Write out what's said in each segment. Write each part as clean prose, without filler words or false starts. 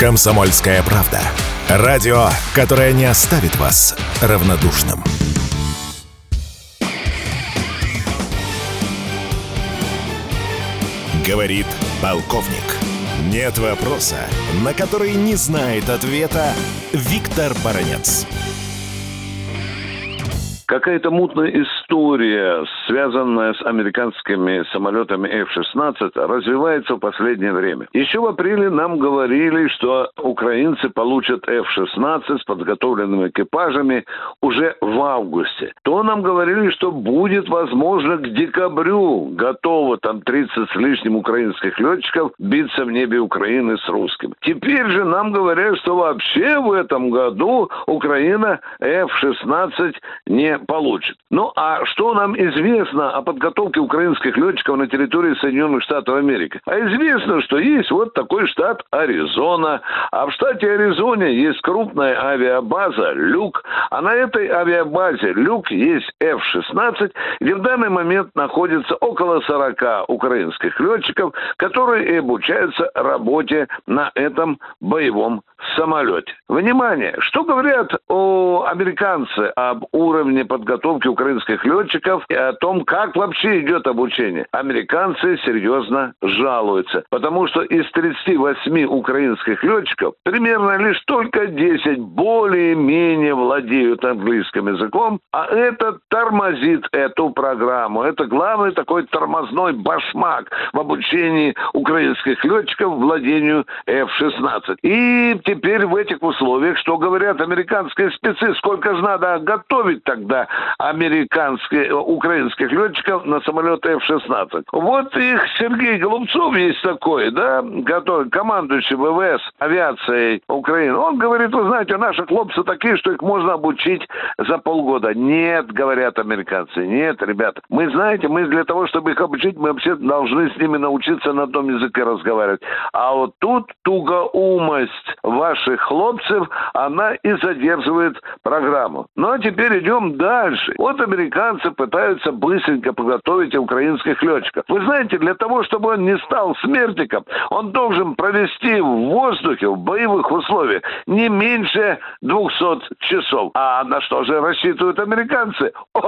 «Комсомольская правда». Радио, которое не оставит вас равнодушным. Говорит полковник. Нет вопроса, на который не знает ответа Виктор Баранец. Какая-то мутная история, связанная с американскими самолетами F-16, развивается в последнее время. Еще в апреле нам говорили, что украинцы получат F-16 с подготовленными экипажами уже в августе. То нам говорили, что будет, возможно, к декабрю готово там 30 с лишним украинских летчиков биться в небе Украины с русским. Теперь же нам говорят, что вообще в этом году Украина F-16 не получит. Ну, а что нам известно о подготовке украинских летчиков на территории Соединенных Штатов Америки? А известно, что есть вот такой штат Аризона. А в штате Аризоне есть крупная авиабаза «Люк». А на этой авиабазе «Люк» есть F-16, где в данный момент находится около 40 украинских летчиков, которые обучаются работе на этом боевом самолете. Внимание! Что говорят американцы об уровне подготовки украинских летчиков и о том, как вообще идет обучение? Американцы серьезно жалуются, потому что из 38 украинских летчиков примерно лишь только 10 более-менее владеют английским языком, а это тормозит эту программу. Это главный такой тормозной башмак в обучении украинских летчиков владению F-16. И теперь в этих условиях, что говорят американские спецы, сколько же надо готовить тогда украинских летчиков на самолет F-16. Вот их Сергей Голубцов есть такой, да, который командующий ВВС авиацией Украины. Он говорит, вы знаете, наши хлопцы такие, что их можно обучить за полгода. Нет, говорят американцы, нет, ребята. Мы, знаете, мы для того, чтобы их обучить, мы вообще должны с ними научиться на том языке разговаривать. А вот тут тугоумость ваших хлопцев, она и задерживает программу. Ну, а теперь идем дальше. Вот американцы пытаются быстренько подготовить украинских летчиков. Вы знаете, для того, чтобы он не стал смертником, он должен провести в воздухе, в боевых условиях, не меньше 200 часов. А на что же рассчитывают американцы?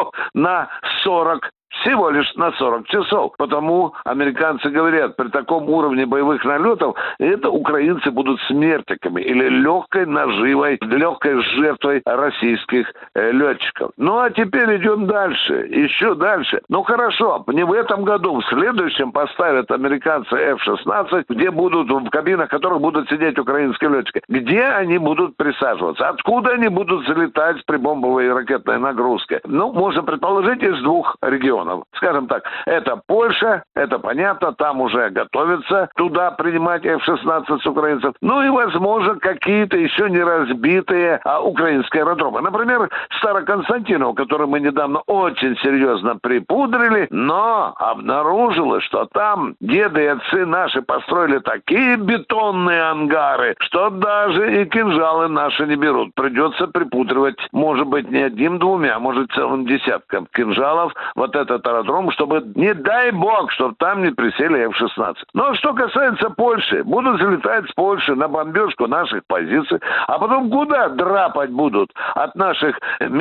На 40. Всего лишь на 40 часов. Потому американцы говорят, при таком уровне боевых налетов, это украинцы будут смертниками или легкой наживой, легкой жертвой российских летчиков. Ну, а теперь идем дальше, еще дальше. Ну, хорошо, не в этом году, в следующем поставят американцы F-16, где будут, в кабинах которых будут сидеть украинские летчики. Где они будут присаживаться? Откуда они будут залетать с прибомбовой ракетной нагрузкой? Ну, можно предположить, из двух регионов. Скажем так, это Польша, это понятно, там уже готовятся туда принимать F-16 с украинцев. Ну и, возможно, какие-то еще не разбитые украинские аэродромы. Например, Староконстантинов, который мы недавно очень серьезно припудрили, но обнаружилось, что там деды и отцы наши построили такие бетонные ангары, что даже и кинжалы наши не берут. Придется припудривать, может быть, не одним-двумя, а может, целым десятком кинжалов вот этот аэродром, чтобы, не дай бог, чтобы там не присели F-16. Но что касается Польши, будут залетать с Польши на бомбежку наших позиций, а потом куда драпать будут от наших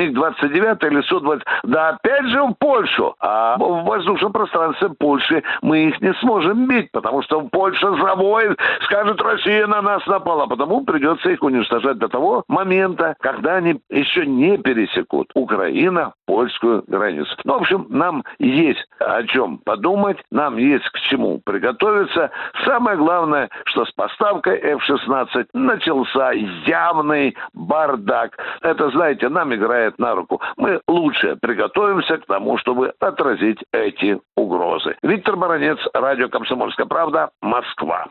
МиГ-29 или Су-20? Да опять же в Польшу. А в воздушном пространстве Польши мы их не сможем бить, потому что Польша завоет, скажет, Россия на нас напала, потому придется их уничтожать до того момента, когда они еще не пересекут Украина-польскую границу. Ну, в общем, нам есть о чем подумать, нам есть к чему приготовиться. Самое главное, что с поставкой F-16 начался явный бардак. Это, знаете, нам играет на руку. Мы лучше приготовимся к тому, чтобы отразить эти угрозы. Виктор Баранец, радио «Комсомольская правда», Москва.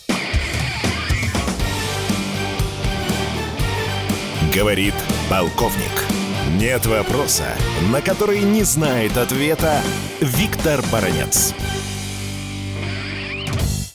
Говорит полковник. Нет вопроса, на который не знает ответа Виктор Баранец.